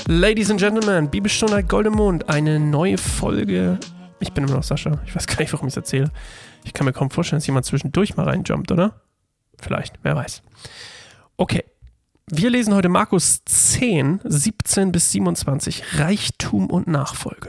Ladies and Gentlemen, Bibelstunde Goldemond, eine neue Folge. Ich bin immer noch Sascha. Ich weiß gar nicht, warum ich es erzähle. Ich kann mir kaum vorstellen, dass jemand zwischendurch mal reinjumpt, oder? Vielleicht, wer weiß. Okay, wir lesen heute Markus 10, 17 bis 27, Reichtum und Nachfolge.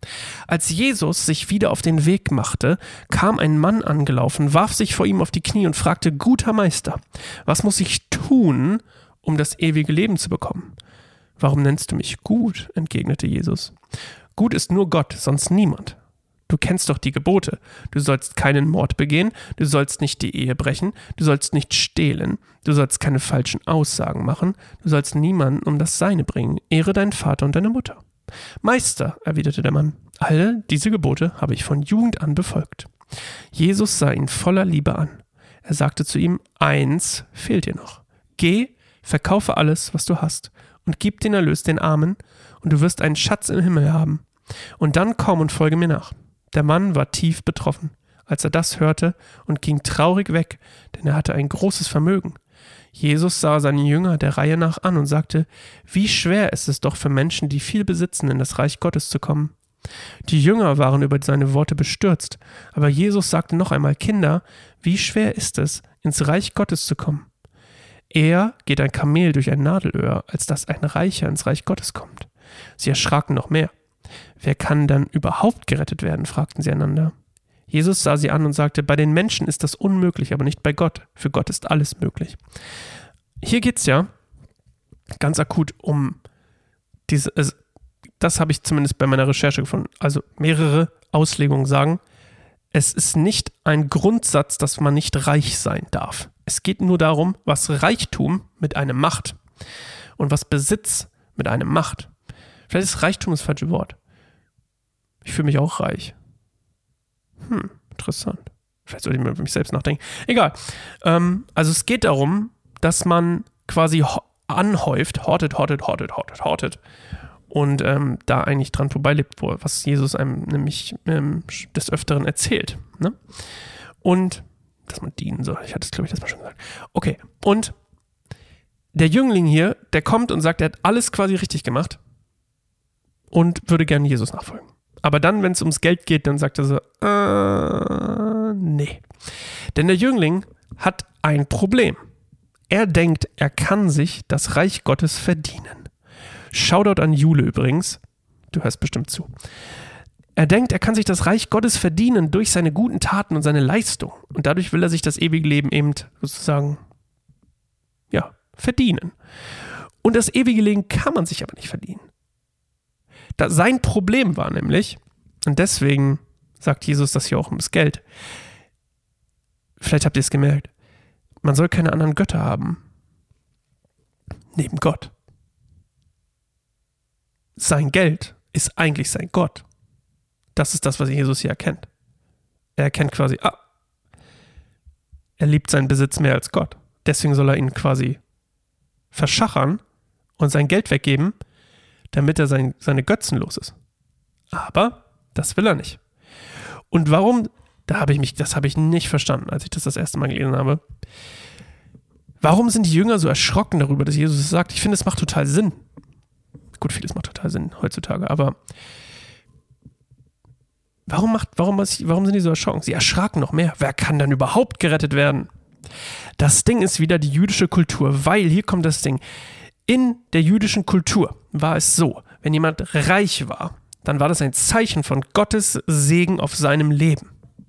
Als Jesus sich wieder auf den Weg machte, kam ein Mann angelaufen, warf sich vor ihm auf die Knie und fragte: Guter Meister, was muss ich tun, um das ewige Leben zu bekommen? Warum nennst du mich gut? Entgegnete Jesus. Gut ist nur Gott, sonst niemand. Du kennst doch die Gebote. Du sollst keinen Mord begehen, du sollst nicht die Ehe brechen, du sollst nicht stehlen, du sollst keine falschen Aussagen machen, du sollst niemanden um das Seine bringen. Ehre deinen Vater und deine Mutter. Meister, erwiderte der Mann, alle diese Gebote habe ich von Jugend an befolgt. Jesus sah ihn voller Liebe an. Er sagte zu ihm: Eins fehlt dir noch. Geh, verkaufe alles, was du hast, und gib den Erlös den Armen, und du wirst einen Schatz im Himmel haben. Und dann komm und folge mir nach. Der Mann war tief betroffen, als er das hörte, und ging traurig weg, denn er hatte ein großes Vermögen. Jesus sah seine Jünger der Reihe nach an und sagte: Wie schwer ist es doch für Menschen, die viel besitzen, in das Reich Gottes zu kommen. Die Jünger waren über seine Worte bestürzt, aber Jesus sagte noch einmal: Kinder, wie schwer ist es, ins Reich Gottes zu kommen? Eher geht ein Kamel durch ein Nadelöhr, als dass ein Reicher ins Reich Gottes kommt. Sie erschraken noch mehr. Wer kann dann überhaupt gerettet werden? Fragten sie einander. Jesus sah sie an und sagte: Bei den Menschen ist das unmöglich, aber nicht bei Gott. Für Gott ist alles möglich. Hier geht es ja ganz akut um diese, das habe ich zumindest bei meiner Recherche gefunden, also mehrere Auslegungen sagen, es ist nicht ein Grundsatz, dass man nicht reich sein darf. Es geht nur darum, was Reichtum mit einem macht und was Besitz mit einem macht. Vielleicht ist Reichtum das falsche Wort. Ich fühle mich auch reich. Interessant. Vielleicht sollte ich mal über mich selbst nachdenken. Egal. Also es geht darum, dass man quasi anhäuft, hortet und da eigentlich dran vorbeilebt, was Jesus einem nämlich des Öfteren erzählt. Ne? Und dass man dienen soll. Ich hatte es, glaube ich, das mal schon gesagt. Okay. Und der Jüngling hier, der kommt und sagt, er hat alles quasi richtig gemacht und würde gerne Jesus nachfolgen. Aber dann, wenn es ums Geld geht, dann sagt er so: nee. Denn der Jüngling hat ein Problem. Er denkt, er kann sich das Reich Gottes verdienen. Shoutout an Jule übrigens. Du hörst bestimmt zu. Er denkt, er kann sich das Reich Gottes verdienen durch seine guten Taten und seine Leistung. Und dadurch will er sich das ewige Leben eben sozusagen, verdienen. Und das ewige Leben kann man sich aber nicht verdienen. Sein Problem war nämlich, und deswegen sagt Jesus das hier auch ums Geld, vielleicht habt ihr es gemerkt, man soll keine anderen Götter haben, neben Gott. Sein Geld ist eigentlich sein Gott. Das ist das, was Jesus hier erkennt. Er erkennt quasi, er liebt seinen Besitz mehr als Gott. Deswegen soll er ihn quasi verschachern und sein Geld weggeben, damit er seine Götzen los ist. Aber das will er nicht. Und warum? Das habe ich nicht verstanden, als ich das erste Mal gelesen habe. Warum sind die Jünger so erschrocken darüber, dass Jesus es sagt? Ich finde, es macht total Sinn. Gut, vieles macht total Sinn heutzutage, aber warum sind die so erschrocken? Sie erschraken noch mehr. Wer kann dann überhaupt gerettet werden? Das Ding ist wieder die jüdische Kultur, weil hier kommt das Ding. In der jüdischen Kultur war es so, wenn jemand reich war, dann war das ein Zeichen von Gottes Segen auf seinem Leben.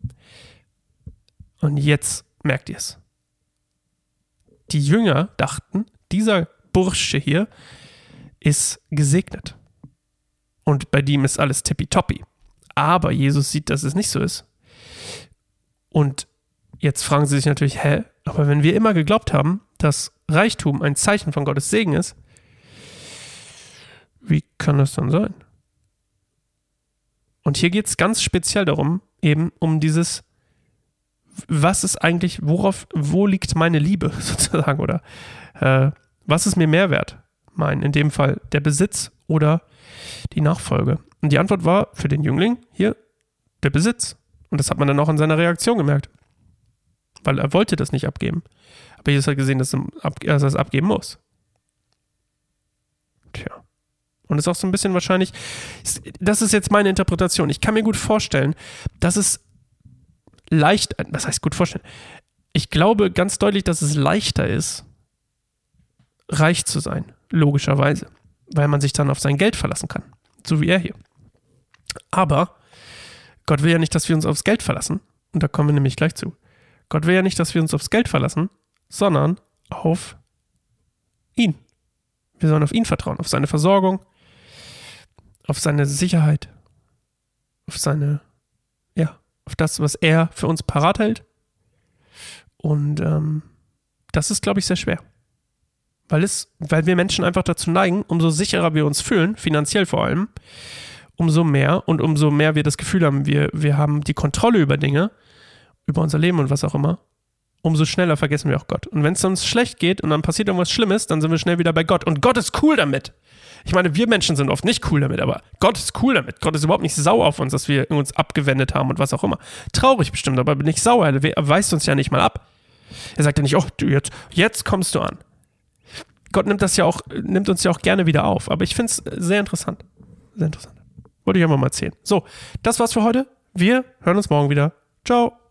Und jetzt merkt ihr es. Die Jünger dachten, dieser Bursche hier ist gesegnet. Und bei dem ist alles tippitoppi. Aber Jesus sieht, dass es nicht so ist. Und jetzt fragen sie sich natürlich, aber wenn wir immer geglaubt haben, dass Reichtum ein Zeichen von Gottes Segen ist, wie kann das dann sein? Und hier geht es ganz speziell darum, eben um dieses, was ist eigentlich, wo liegt meine Liebe sozusagen, oder was ist mir mehr wert? In dem Fall der Besitz oder die Nachfolge. Und die Antwort war für den Jüngling hier der Besitz. Und das hat man dann auch in seiner Reaktion gemerkt. Weil er wollte das nicht abgeben. Aber Jesus hat gesehen, dass er es abgeben muss. Tja. Und ist auch so ein bisschen wahrscheinlich, das ist jetzt meine Interpretation. Ich kann mir gut vorstellen, dass es was heißt gut vorstellen? Ich glaube ganz deutlich, dass es leichter ist, reich zu sein, logischerweise, weil man sich dann auf sein Geld verlassen kann, so wie er hier. Aber Gott will ja nicht, dass wir uns aufs Geld verlassen, und da kommen wir nämlich gleich zu. Gott will ja nicht, dass wir uns aufs Geld verlassen, sondern auf ihn. Wir sollen auf ihn vertrauen, auf seine Versorgung, auf seine Sicherheit, auf auf das, was er für uns parat hält. Und das ist, glaube ich, sehr schwer. Weil wir Menschen einfach dazu neigen, umso sicherer wir uns fühlen, finanziell vor allem, umso mehr wir das Gefühl haben, wir haben die Kontrolle über Dinge, über unser Leben und was auch immer, umso schneller vergessen wir auch Gott. Und wenn es uns schlecht geht und dann passiert irgendwas Schlimmes, dann sind wir schnell wieder bei Gott. Und Gott ist cool damit. Ich meine, wir Menschen sind oft nicht cool damit, aber Gott ist cool damit. Gott ist überhaupt nicht sauer auf uns, dass wir uns abgewendet haben und was auch immer. Traurig bestimmt, aber nicht sauer. Er weist uns ja nicht mal ab. Er sagt ja nicht, oh, du, jetzt kommst du an. Gott nimmt uns ja auch gerne wieder auf. Aber ich finde es sehr interessant. Sehr interessant. Wollte ich einfach mal erzählen. So, das war's für heute. Wir hören uns morgen wieder. Ciao.